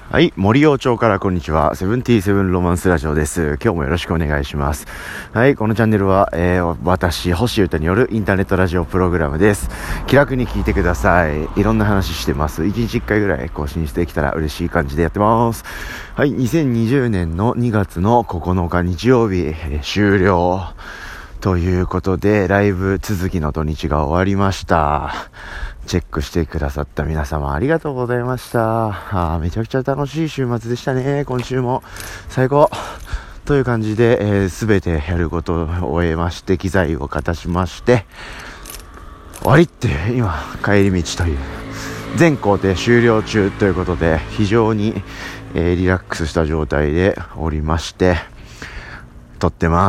はい、森王町からこんにちは。セブンティーセブンロマンスラジオです。今日もよろしくお願いします。はい、このチャンネルは、私、星歌によるインターネットラジオプログラムです。気楽に聞いてください。いろんな話してます。1日1回ぐらい更新してきたら嬉しい感じでやってます。はい、2020年の2月の9日日曜日、終了。ということで、ライブ続きの土日が終わりました。チェックしてくださった皆様ありがとうございました。めちゃくちゃ楽しい週末でしたね。今週も最高という感じで、全てやることを終えまして、機材を片しまして終わりって今帰り道という全工程終了中ということで、非常に、リラックスした状態でおりまして撮ってます。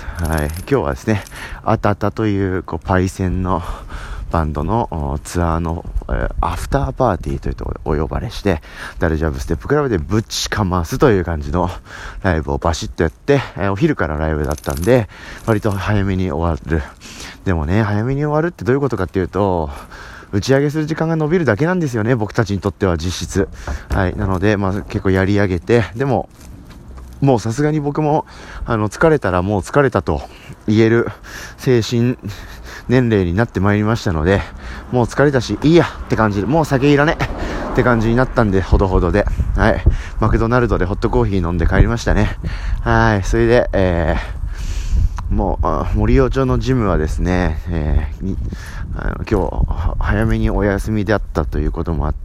はい、今日はですね、あたたというパイセンのバンドのツアーの、アフターパーティーというところでお呼ばれして、ダルジャブステップクラブでぶちかますという感じのライブをバシッとやって、お昼からライブだったんで割と早めに終わる。でもね、早めに終わるってどういうことかっていうと、打ち上げする時間が伸びるだけなんですよね、僕たちにとっては実質。はい、なので、結構やり上げて、でももうさすがに僕も疲れたらもう疲れたと言える精神年齢になってまいりましたので、もう疲れたしいいやって感じで、もう酒いらねって感じになったんで、ほどほどで、はい、マクドナルドでホットコーヒー飲んで帰りましたね。はい、それで、もう森尾町のジムはですね、今日早めにお休みであったということもあって、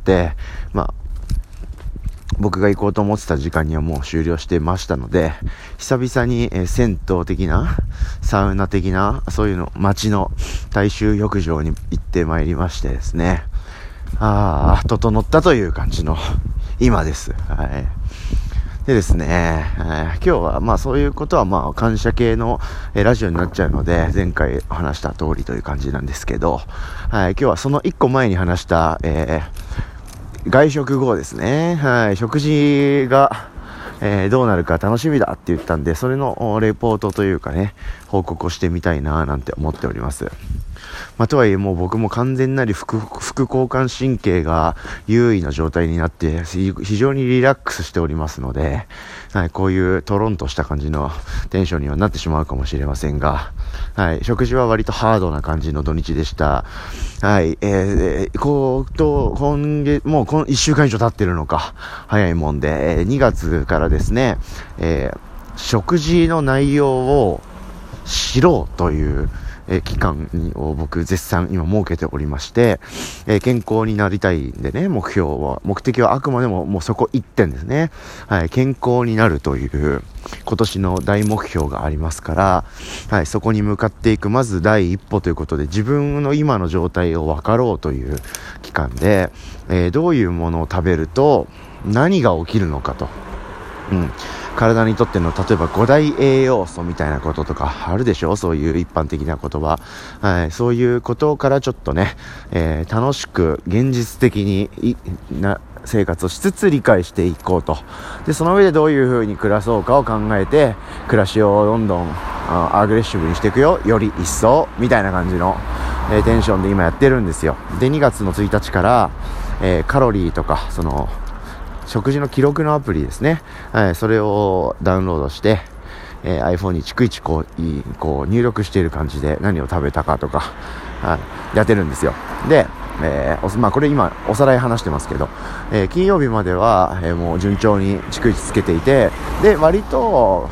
僕が行こうと思ってた時間にはもう終了してましたので、久々に、銭湯的なサウナ的なそういうの街の大衆浴場に行ってまいりましてですね、整ったという感じの今です。はい。でですね、今日はそういうことは感謝系の、ラジオになっちゃうので、前回話した通りという感じなんですけど、はい、今日はその一個前に話した、外食後ですね。はい、食事が、どうなるか楽しみだって言ったんで、それのレポートというかね、報告をしてみたいななんて思っております。とはいえもう僕も完全なり副交感神経が優位な状態になって非常にリラックスしておりますので、はい、こういうトロンとした感じのテンションにはなってしまうかもしれませんが、はい、食事は割とハードな感じの土日でした。はい、今月もう1週間以上経ってるのか、早いもんで、2月からですね、食事の内容を知ろうという期間を僕絶賛今設けておりまして、健康になりたいんでね、目的はあくまでももうそこ1点ですね。はい、健康になるという今年の大目標がありますから、はい、そこに向かっていくまず第一歩ということで、自分の今の状態を分かろうという期間で、どういうものを食べると何が起きるのかと、体にとっての例えば5大栄養素みたいなこととかあるでしょ、そういう一般的な言葉、はい、そういうことからちょっとね、楽しく現実的にな生活をしつつ理解していこうと。でその上でどういう風に暮らそうかを考えて、暮らしをどんどんアグレッシブにしていくよ、より一層みたいな感じの、テンションで今やってるんですよ。で2月の1日から、カロリーとかその食事の記録のアプリですね、それをダウンロードして、iPhone に逐一こう入力している感じで何を食べたかとか、やってるんですよ。で、これ今おさらい話してますけど、金曜日までは、もう順調に逐一つけていて、で割と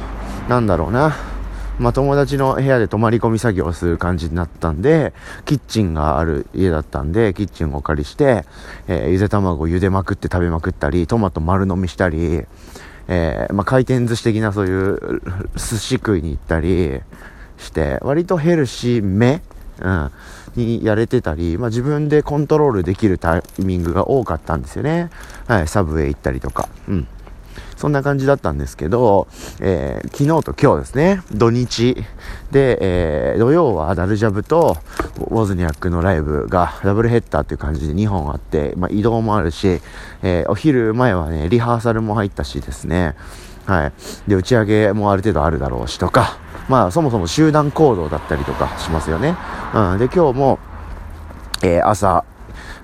友達の部屋で泊まり込み作業をする感じになったんで、キッチンがある家だったんでキッチンをお借りして、ゆで卵を茹でまくって食べまくったり、トマト丸飲みしたり、回転寿司的なそういう寿司食いに行ったりして割とヘルシーめ、にやれてたり、自分でコントロールできるタイミングが多かったんですよね。はい、サブウェイ行ったりとか、そんな感じだったんですけど、昨日と今日ですね、土日で、土曜はダルジャブとウォズニャックのライブがダブルヘッダーという感じで2本あって、移動もあるし、お昼前はねリハーサルも入ったしですね、はい、で打ち上げもある程度あるだろうしとか、そもそも集団行動だったりとかしますよね。で今日も、朝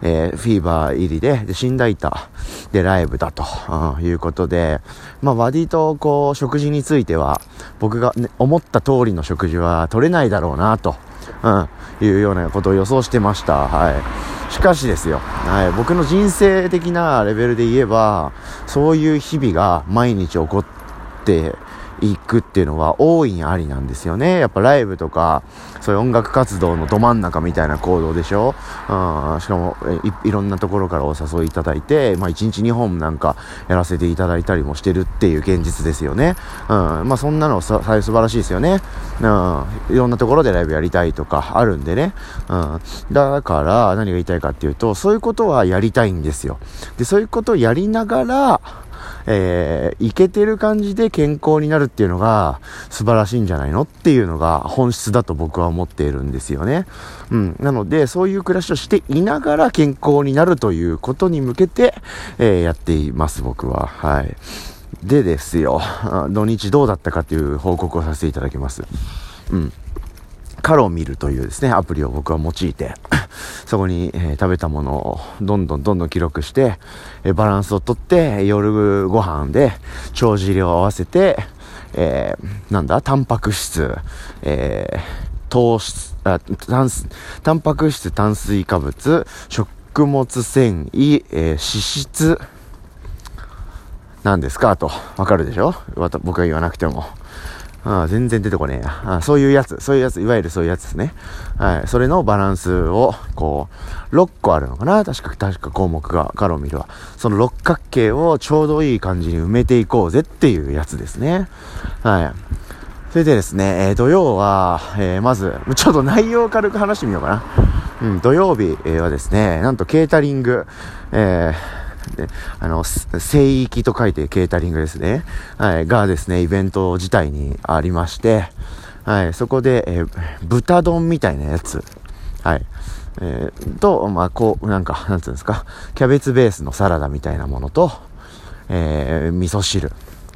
フィーバー入りで死んだ板でライブだと、いうことで、割とこう食事については僕が、ね、思った通りの食事は取れないだろうなと、いうようなことを予想してました。はい。しかしですよ、はい、僕の人生的なレベルで言えばそういう日々が毎日起こっていくっていうのは大いにありなんですよね。やっぱライブとかそういう音楽活動のど真ん中みたいな行動でしょ。しかも いろんなところからお誘いいただいて、1日2本なんかやらせていただいたりもしてるっていう現実ですよね。そんなの素晴らしいですよね。いろんなところでライブやりたいとかあるんでね。だから何が言いたいかっていうと、そういうことはやりたいんですよ。で、そういうことをやりながらいけてる感じで健康になるっていうのが素晴らしいんじゃないのっていうのが本質だと僕は思っているんですよね。なのでそういう暮らしをしていながら健康になるということに向けて、やっています僕は。はい。でですよ、土日どうだったかという報告をさせていただきます。カロミルというですねアプリを僕は用いてそこに、食べたものをどんどん記録して、バランスをとって夜ご飯で帳尻を合わせて、タンパク質、糖質、タンパク質、炭水化物、食物繊維、脂質なんですかとわかるでしょ。僕が言わなくても。全然出てこねえや。そういうやつ、いわゆるそういうやつですね。はい。それのバランスを、6個あるのかな、確か項目が、カロミルは。その六角形をちょうどいい感じに埋めていこうぜっていうやつですね。はい。それでですね、土曜は、まず、ちょっと内容を軽く話してみようかな。土曜日はですね、なんとケータリング、で聖域と書いてケータリングですね。はい。がですね、イベント自体にありまして、はい。そこで、豚丼みたいなやつ。はい。と、なんていうんですか、キャベツベースのサラダみたいなものと、味噌汁、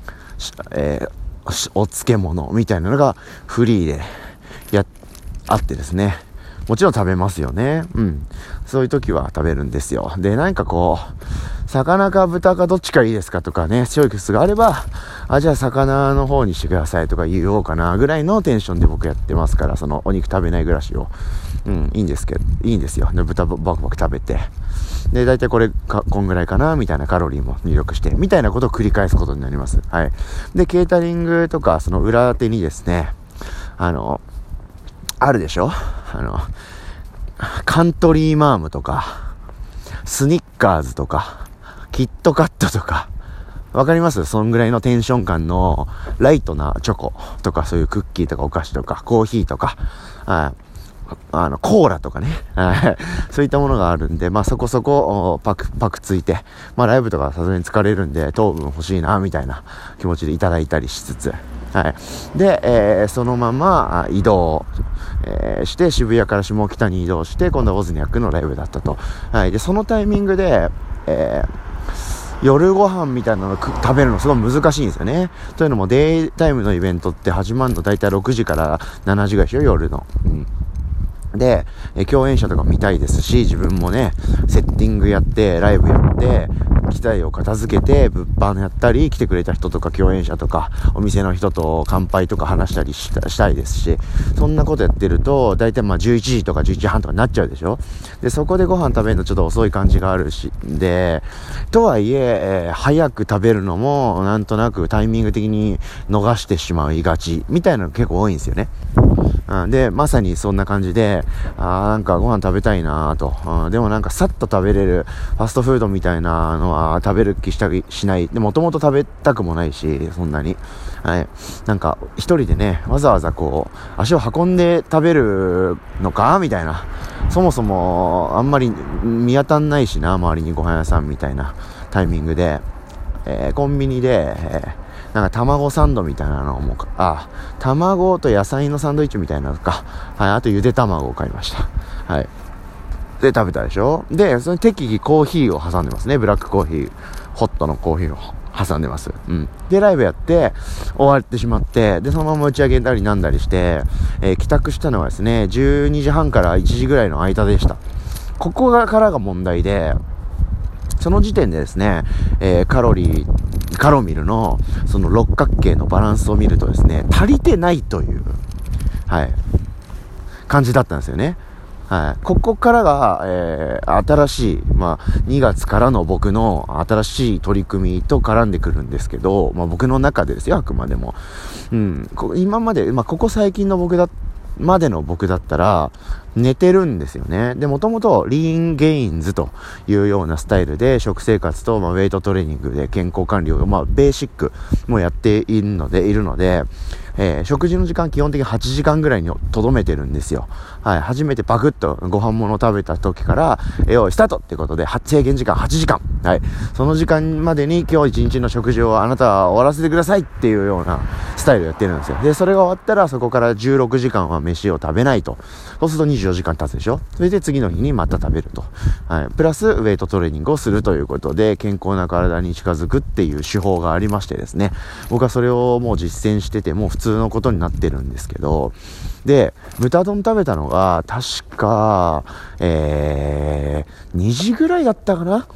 お漬物みたいなのがフリーであってですね。もちろん食べますよね。そういう時は食べるんですよ。で、魚か豚かどっちかいいですかとかね、チョイスがあれば、じゃあ魚の方にしてくださいとか言おうかなぐらいのテンションで僕やってますから、そのお肉食べない暮らしを。いいんですよ。で、豚バクバク食べて。で、だいたいこんぐらいかなみたいなカロリーも入力して、みたいなことを繰り返すことになります。はい。で、ケータリングとか、その裏手にですね、あるでしょ？カントリーマームとか、スニッカーズとか、キットカットとか、わかります？そんぐらいのテンション感のライトなチョコとか、そういうクッキーとかお菓子とか、コーヒーとか、コーラとかね、そういったものがあるんで、そこそこパクついて、ライブとかさすがに疲れるんで糖分欲しいなみたいな気持ちでいただいたりしつつ、はい。で、そのまま移動、して渋谷から下北に移動して、今度はオズニャックのライブだったと。はい。で、そのタイミングで、夜ご飯みたいなの食べるのすごい難しいんですよね。というのもデイタイムのイベントって始まるのだいたい6時から7時ぐらいでしょ、夜の。で、共演者とか見たいですし、自分もね、セッティングやって、ライブやって、機材を片付けて、物販やったり、来てくれた人とか共演者とか、お店の人と乾杯とか話したりしたいですし、そんなことやってると、だいたい11時とか11時半とかになっちゃうでしょ。で、そこでご飯食べるのちょっと遅い感じがあるし、で、とはいえ、早く食べるのも、なんとなくタイミング的に逃してしまいがち、みたいなのが結構多いんですよね。で、まさにそんな感じで、なんかご飯食べたいなと、でもなんかさっと食べれるファストフードみたいなのは食べる気したりしない。で、もともと食べたくもないし、そんなに。はい。なんか、一人でね、わざわざ足を運んで食べるのかみたいな。そもそも、あんまり見当たんないしな、周りにご飯屋さんみたいなタイミングで、コンビニで、なんか卵サンドみたいなのも、卵と野菜のサンドイッチみたいなのか。はい、あとゆで卵を買いました。はい。で、食べたでしょ？で、それ適宜コーヒーを挟んでますね。ブラックコーヒー、ホットのコーヒーを挟んでます。で、ライブやって、終わってしまって、で、そのまま打ち上げたりなんだりして、帰宅したのはですね、12時半から1時ぐらいの間でした。 ここからが問題で、その時点でですね、カロミルのその六角形のバランスを見るとですね、足りてないという、感じだったんですよね。ここからが、新しい、2月からの僕の新しい取り組みと絡んでくるんですけど、僕の中でですよ、あくまでも。今まで、ここ最近の僕だったら、寝てるんですよね。で、もともとリーンゲインズというようなスタイルで、食生活と、ウェイトトレーニングで健康管理を、ベーシックもやっているので、食事の時間基本的に8時間ぐらいに留めてるんですよ。初めてパクッとご飯物を食べた時から、用意スタートってことで、制限時間8時間。その時間までに今日一日の食事をあなたは終わらせてくださいっていうようなスタイルをやってるんですよ。で、それが終わったらそこから16時間は飯を食べないと。そうすると24時間経つでしょ。それで次の日にまた食べると。プラスウェイトトレーニングをするということで、健康な体に近づくっていう手法がありましてですね。僕はそれをもう実践してて、もう普通のことになってるんですけど、で、豚丼食べたのが確か、2時ぐらいだったかな。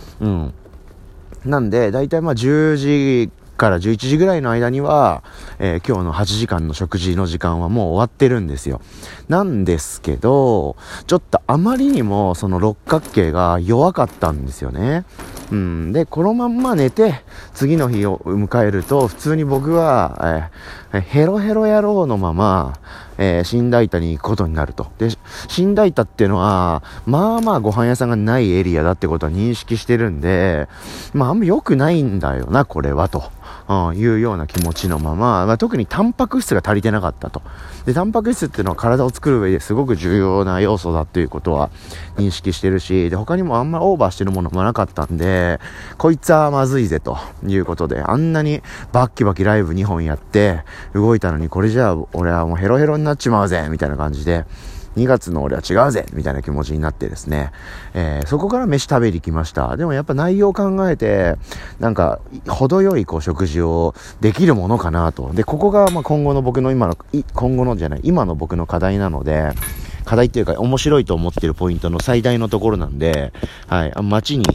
なんで、だいたい10時から11時ぐらいの間には、今日の8時間の食事の時間はもう終わってるんですよ。なんですけど、ちょっとあまりにもその六角形が弱かったんですよね。で、このまんま寝て、次の日を迎えると、普通に僕は、ヘロヘロ野郎のまま、新大田に行くことになると。で、新大田っていうのは、ご飯屋さんがないエリアだってことは認識してるんで、あんま良くないんだよな、これは、と。いうような気持ちのまま、特にタンパク質が足りてなかったと。で、タンパク質っていうのは体を作る上ですごく重要な要素だっていうことは認識してるし、で、他にもあんまりオーバーしてるものもなかったんで、こいつはまずいぜということで、あんなにバッキバキライブ2本やって動いたのに、これじゃあ俺はもうヘロヘロになっちまうぜみたいな感じで、2月の俺は違うぜみたいな気持ちになってですね、そこから飯食べに行きました。でもやっぱ内容を考えて、程よい食事をできるものかなと。で、ここが今の僕の今の僕の課題なので、課題っていうか面白いと思っているポイントの最大のところなんで、街に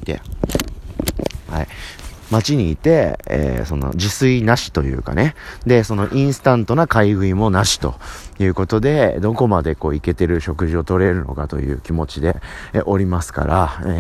いて、その自炊なしというかね。で、そのインスタントな買い食いもなしということで、どこまでいけてる食事を取れるのかという気持ちで、おりますから、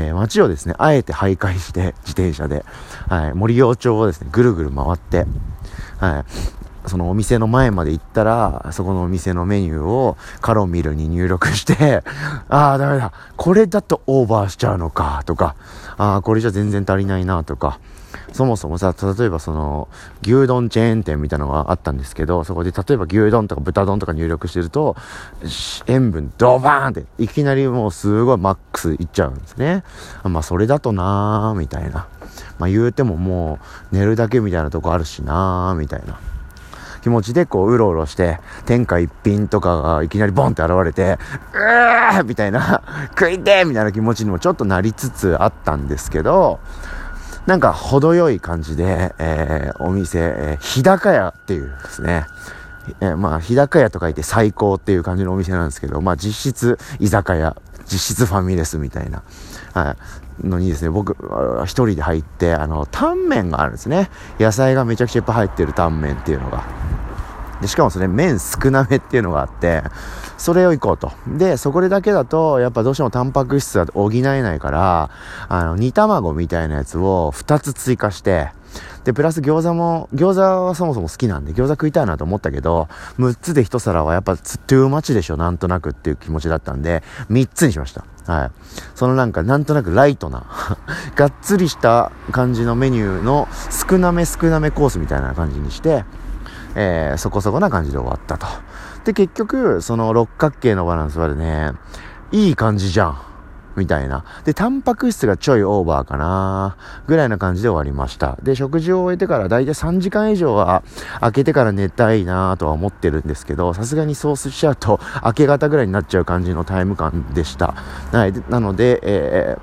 街をですね、あえて徘徊して、自転車で、森陽町をですね、ぐるぐる回って、そのお店の前まで行ったら、そこのお店のメニューをカロミルに入力して、ダメだ。これだとオーバーしちゃうのか、とか、これじゃ全然足りないな、とか、そもそもさ、例えばその、牛丼チェーン店みたいなのがあったんですけど、そこで例えば牛丼とか豚丼とか入力してると、塩分ドバーンって、いきなりもうすごいマックスいっちゃうんですね。それだとなー、みたいな。言うてももう、寝るだけみたいなとこあるしなー、みたいな。気持ちでうろうろして、天下一品とかがいきなりボンって現れて、みたいな、食いてーみたいな気持ちにもちょっとなりつつあったんですけど、程よい感じで、お店、日高屋っていうですね、日高屋と書いて最高っていう感じのお店なんですけど、実質居酒屋、実質ファミレスみたいな、のにですね、僕、一人で入って、タンメンがあるんですね。野菜がめちゃくちゃいっぱい入ってるタンメンっていうのが。で、しかもそれ麺少なめっていうのがあって、それを行こうと。で、そこだけだと、やっぱどうしてもタンパク質は補えないから、煮卵みたいなやつを2つ追加して、で、プラス餃子はそもそも好きなんで、餃子食いたいなと思ったけど、6つで1皿はやっぱトゥーマッチでしょ、なんとなくっていう気持ちだったんで、3つにしました。そのなんとなくライトな、がっつりした感じのメニューの少なめコースみたいな感じにして、そこそこな感じで終わったと。で、結局、その六角形のバランスはね、いい感じじゃん。みたいな。で、タンパク質がちょいオーバーかなぐらいな感じで終わりました。で、食事を終えてからだいたい3時間以上は空けてから寝たいなとは思ってるんですけど、さすがにそうしちゃうと明け方ぐらいになっちゃう感じのタイム感でした。なので、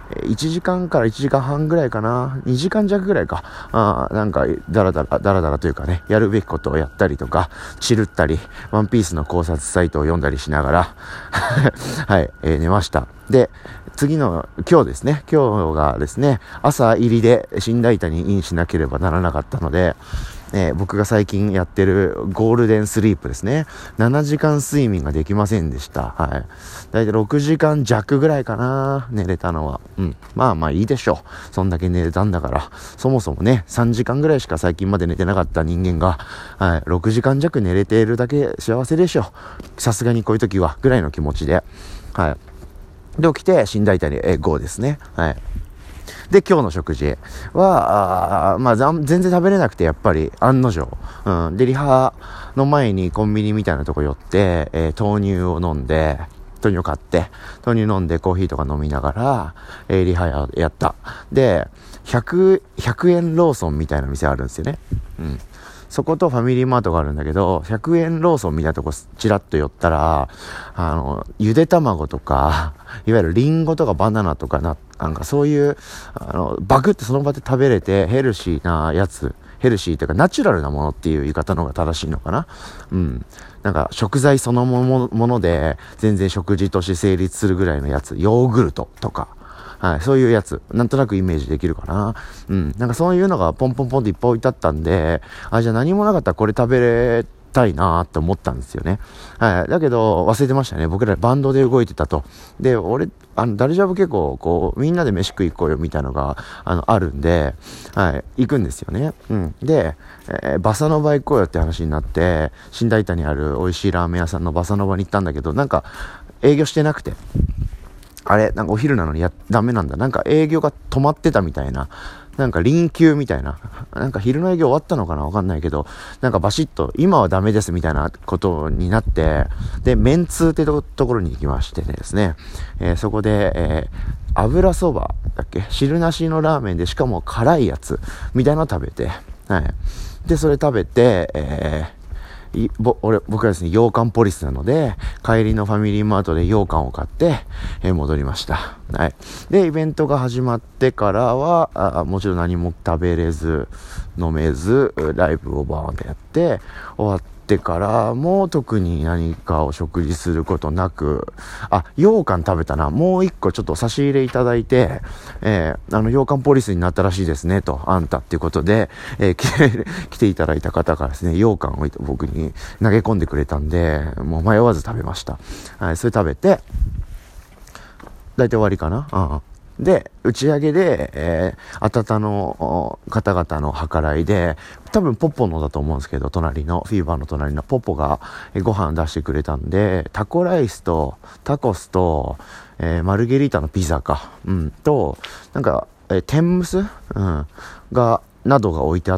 1時間から1時間半ぐらいかな、2時間弱ぐらいか、なんかダラダラというかね、やるべきことをやったりとか、チルったり、ワンピースの考察サイトを読んだりしながらはい、寝ました。で、今日ですね、今日がですね、朝入りで新大谷にインしなければならなかったので、僕が最近やってるゴールデンスリープですね。7時間睡眠ができませんでした。はい。だいたい6時間弱ぐらいかな、寝れたのは。まあいいでしょう。そんだけ寝れたんだから。そもそもね、3時間ぐらいしか最近まで寝てなかった人間が、はい、6時間弱寝れているだけ幸せでしょう。さすがにこういう時は、ぐらいの気持ちで。はい。で、起きて、新大谷GOですね。はい。で、今日の食事は、全然食べれなくて、やっぱり、案の定。で、リハの前にコンビニみたいなとこ寄って、豆乳を飲んで、豆乳を買って、豆乳飲んでコーヒーとか飲みながら、リハやった。で、100円ローソンみたいな店あるんですよね。そことファミリーマートがあるんだけど、100円ローソンみたいなとこチラッと寄ったら、ゆで卵とか、いわゆるリンゴとかバナナとかなんかそういう、バクってその場で食べれてヘルシーなやつ、ヘルシーというかナチュラルなものっていう言い方の方が正しいのかな。なんか食材そのもので全然食事として成立するぐらいのやつ、ヨーグルトとか、はい、そういうやつ、なんとなくイメージできるかな。なんかそういうのがポンポンポンっていっぱい置いてあったんで、じゃあ何もなかったらこれ食べれたいなって思ったんですよね。はい。だけど、忘れてましたね。僕らバンドで動いてたと。で、ダルジャブ結構、こう、みんなで飯食い行こうよみたいなのが、あるんで、はい、行くんですよね。で、バサノバ行こうよって話になって、新大田にある美味しいラーメン屋さんのバサノバに行ったんだけど、なんか、営業してなくて、なんかお昼なのにダメなんだ。なんか営業が止まってたみたいな。なんか臨休みたいな。なんか昼の営業終わったのかなわかんないけど、なんかバシッと、今はダメですみたいなことになって、で、メンツーってところに行きましてですね、そこで、油そばだっけ、汁なしのラーメンでしかも辛いやつみたいなの食べて、はい。で、それ食べて、僕はですね、羊羹ポリスなので、帰りのファミリーマートで羊羹を買って、戻りました。はい。で、イベントが始まってからは、もちろん何も食べれず、飲めず、ライブをバーンってやって、終わってからも特に何かを食事することなく、羊羹食べたな。もう一個ちょっと差し入れいただいて、羊羹ポリスになったらしいですね、と、あんたっていうことで、来ていただいた方からですね、羊羹を僕に投げ込んでくれたんで、もう迷わず食べました。はい、それ食べて、だいたい終わりかな。で、打ち上げで、あたたの方々の計らいで、多分ポッポのだと思うんですけど、フィーバーの隣のポポがご飯出してくれたんで、タコライスとタコスと、マルゲリータのピザか、と、なんか、天むすなどが置いてあって、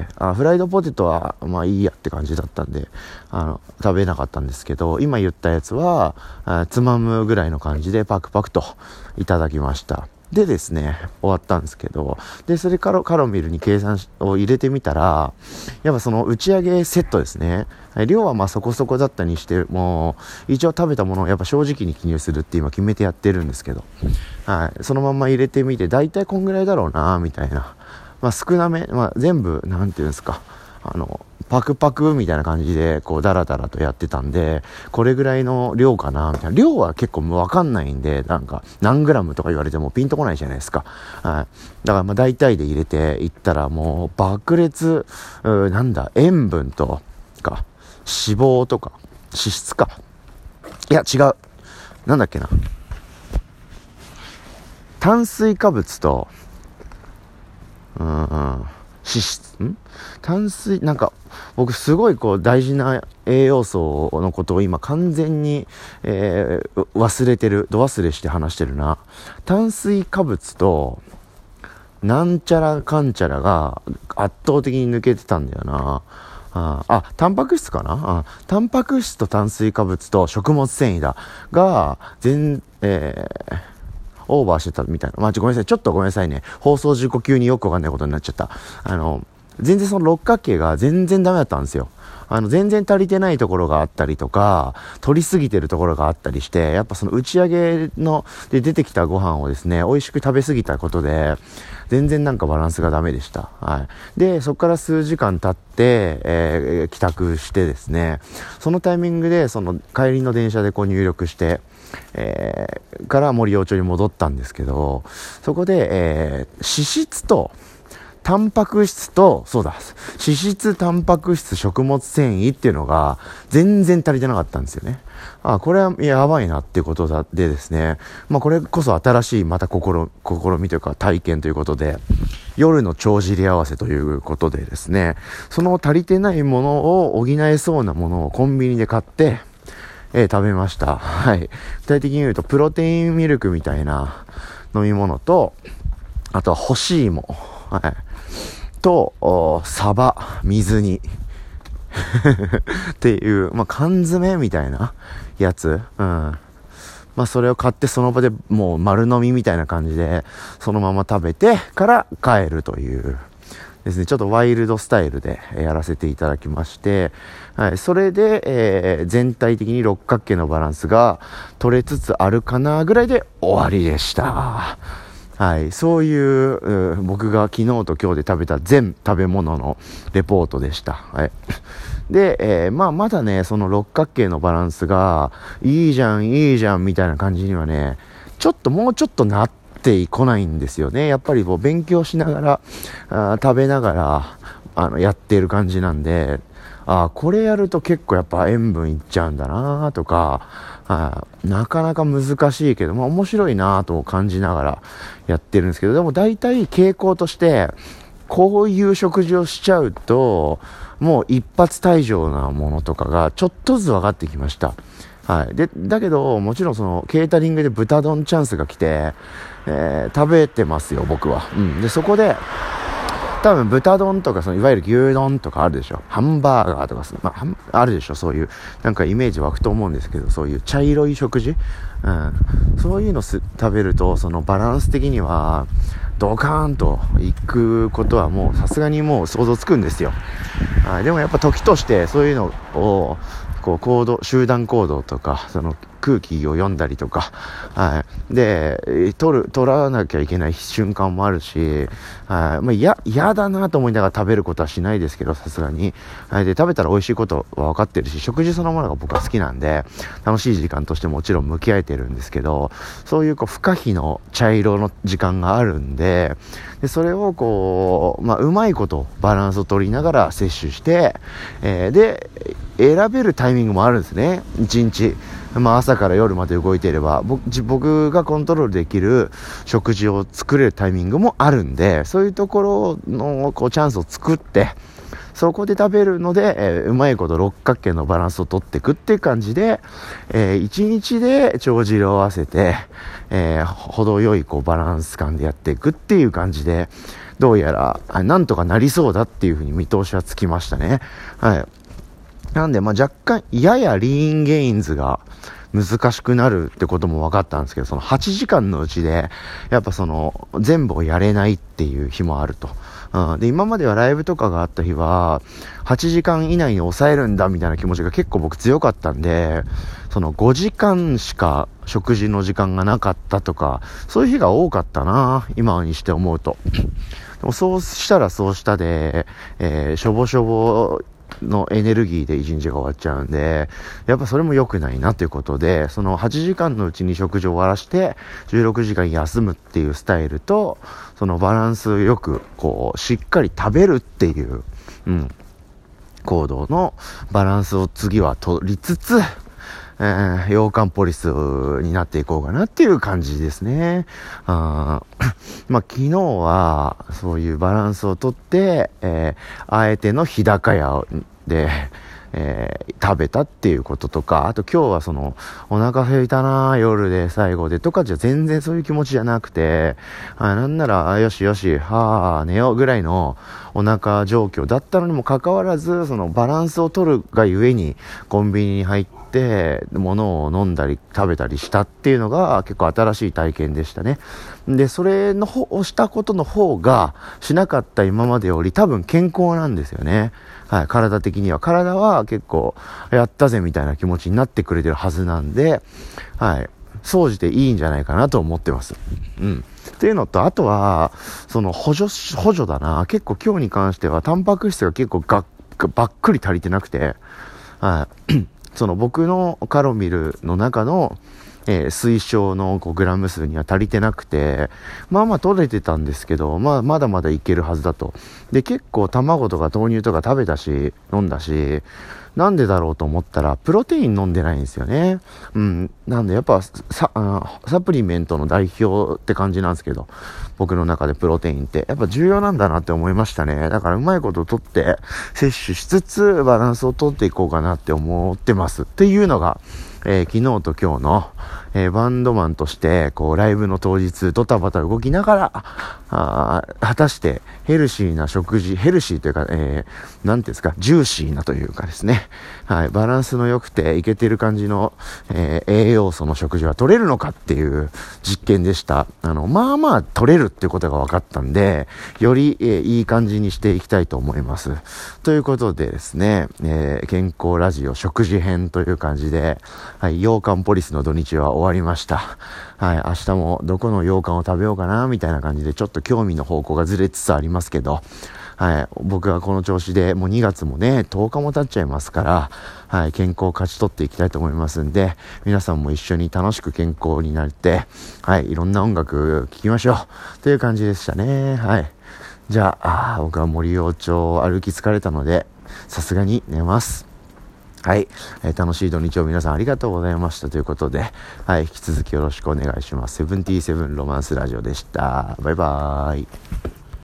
フライドポテトはまあいいやって感じだったんで、食べなかったんですけど、今言ったやつは、つまむぐらいの感じでパクパクといただきました。でですね、終わったんですけど、で、それからカロミルに計算を入れてみたら、やっぱその打ち上げセットですね、量はまあそこそこだったにしても、一応食べたものをやっぱ正直に記入するって今決めてやってるんですけど、はい、そのまんま入れてみて、だいたいこんぐらいだろうな、みたいな。少なめ、全部、なんていうんですか、パクパクみたいな感じで、こう、ダラダラとやってたんで、これぐらいの量かな、みたいな。量は結構わかんないんで、なんか、何グラムとか言われてもピンとこないじゃないですか。はい。だから大体で入れていったら、もう、爆裂、塩分とか、脂肪とか、脂質か。いや、違う。なんだっけな。炭水化物と、脂質なんか僕すごいこう大事な栄養素のことを今完全に、忘れてる、ど忘れして話してるな。炭水化物となんちゃらかんちゃらが圧倒的に抜けてたんだよな。タンパク質かな。タンパク質と炭水化物と食物繊維だがオーバーしてたみたいな。ごめんなさい。ちょっとごめんなさいね。放送事故級によくわかんないことになっちゃった。 全然その六角形が全然ダメだったんですよ。全然足りてないところがあったりとか、取りすぎてるところがあったりして、やっぱその打ち上げで出てきたご飯をですね、美味しく食べ過ぎたことで、全然なんかバランスがダメでした。はい。で、そこから数時間経って、帰宅してですね、そのタイミングで、その帰りの電車でこう入力して、から森陽町に戻ったんですけど、そこで、脂質と、タンパク質と、そうだ、脂質、タンパク質、食物繊維っていうのが全然足りてなかったんですよね。これはやばいなっていうことでですね、これこそ新しいまた試みというか体験ということで、夜の帳尻合わせということでですね、その足りてないものを補えそうなものをコンビニで買って、食べました。はい。具体的に言うと、プロテインミルクみたいな飲み物と、あとは干し芋。はい。と、サバ、水煮。っていう、缶詰みたいなやつ。うん。それを買ってその場でもう丸飲みみたいな感じで、そのまま食べてから帰るというですね、ちょっとワイルドスタイルでやらせていただきまして、はい。それで、全体的に六角形のバランスが取れつつあるかなぐらいで終わりでした。はい、そういう、僕が昨日と今日で食べた全食べ物のレポートでした。はい。で、まだね、その六角形のバランスがいいじゃんみたいな感じにはね、もうちょっとなってこないんですよね。やっぱりこう勉強しながら、食べながら、やっている感じなんで、これやると結構やっぱ塩分いっちゃうんだなとか、なかなか難しいけど、面白いなと感じながらやってるんですけど、でも大体傾向として、こういう食事をしちゃうと、もう一発退場なものとかがちょっとずつ分かってきました。はい。だけど、もちろんその、ケータリングで豚丼チャンスが来て、食べてますよ、僕は。で、そこで、多分豚丼とかいわゆる牛丼とかあるでしょ、ハンバーガーとかあるでしょ、そういうなんかイメージ湧くと思うんですけど、そういう茶色い食事、そういうの食べるとそのバランス的にはドカーンといくことはもうさすがにもう想像つくんですよ。でもやっぱ時としてそういうのをこう集団行動とかその空気を読んだりとか、で取らなきゃいけない瞬間もあるし、嫌だなと思いながら食べることはしないですけど、さすがに、で食べたら美味しいことは分かってるし、食事そのものが僕は好きなんで楽しい時間としてもちろん向き合えてるんですけど、そういう不可避の茶色の時間があるんで、それをうまいことバランスを取りながら摂取して、で選べるタイミングもあるんですね。一日、朝から夜まで動いていれば僕がコントロールできる食事を作れるタイミングもあるんで、そういうところのチャンスを作ってそこで食べるので、うまいこと六角形のバランスを取っていくっていう感じで、一日で帳尻を合わせて、程よいバランス感でやっていくっていう感じで、どうやらなんとかなりそうだっていうふうに見通しはつきましたね。はい。なんで若干ややリーンゲインズが難しくなるってことも分かったんですけど、その8時間のうちでやっぱ全部をやれないっていう日もあると。で今まではライブとかがあった日は8時間以内に抑えるんだみたいな気持ちが結構僕強かったんで、その5時間しか食事の時間がなかったとか、そういう日が多かったな、今にして思うと。でもそうしたらそうしたで、しょぼしょぼのエネルギーで一日が終わっちゃうんで、やっぱそれも良くないなということで、その8時間のうちに食事を終わらして16時間休むっていうスタイルと、そのバランスよくしっかり食べるっていう、行動のバランスを次は取りつつ、洋館ポリスになっていこうかなっていう感じですね。昨日はそういうバランスをとって、あえての日高屋で、食べたっていうこととか、あと今日はお腹空いたな夜で最後でとかじゃ全然そういう気持ちじゃなくて、なんならよしよし寝ようぐらいのお腹状況だったのにもかかわらず、そのバランスを取るがゆえにコンビニに入って物を飲んだり食べたりしたっていうのが結構新しい体験でしたね。で、それのをしたことの方がしなかった今までより多分健康なんですよね。はい、体的には。体は結構やったぜみたいな気持ちになってくれてるはずなんで、はい、総じていいんじゃないかなと思ってます。うん。っていうのと、あとは、その補助だな。結構今日に関しては、タンパク質が結構ばっくり足りてなくて、はい。その僕のカロミルの中の、推奨のグラム数には足りてなくて、まあまあ取れてたんですけど、まあまだまだいけるはずだと。で、結構卵とか豆乳とか食べたし、飲んだし、なんでだろうと思ったら、プロテイン飲んでないんですよね。うん。なんでやっぱサプリメントの代表って感じなんですけど、僕の中でプロテインってやっぱ重要なんだなって思いましたね。だからうまいこと取って摂取しつつバランスを取っていこうかなって思ってますっていうのが、昨日と今日の、バンドマンとしてこうライブの当日ドタバタ動きながら果たしてヘルシーな食事、ヘルシーというか、なんていうんですか、ジューシーなというかですね、はい、バランスの良くていけてる感じの、栄養素の食事は取れるのかっていう実験でした。まあまあ取れるっていうことが分かったんで、より、いい感じにしていきたいと思います。ということでですね、健康ラジオ食事編という感じで、はい、羊羹ポリスの土日は終わりました。はい、明日もどこの羊羹を食べようかなみたいな感じでちょっと興味の方向がずれつつありますけど、はい、僕はこの調子でもう2月もね10日も経っちゃいますから、はい、健康を勝ち取っていきたいと思いますんで、皆さんも一緒に楽しく健康になって、はい、いろんな音楽聴きましょうという感じでしたね。はい、じゃあ僕は森陽町歩き疲れたのでさすがに寝ます。はい、楽しい土日を皆さんありがとうございましたということで、はい、引き続きよろしくお願いします。77ロマンスラジオでした。バイバーイ。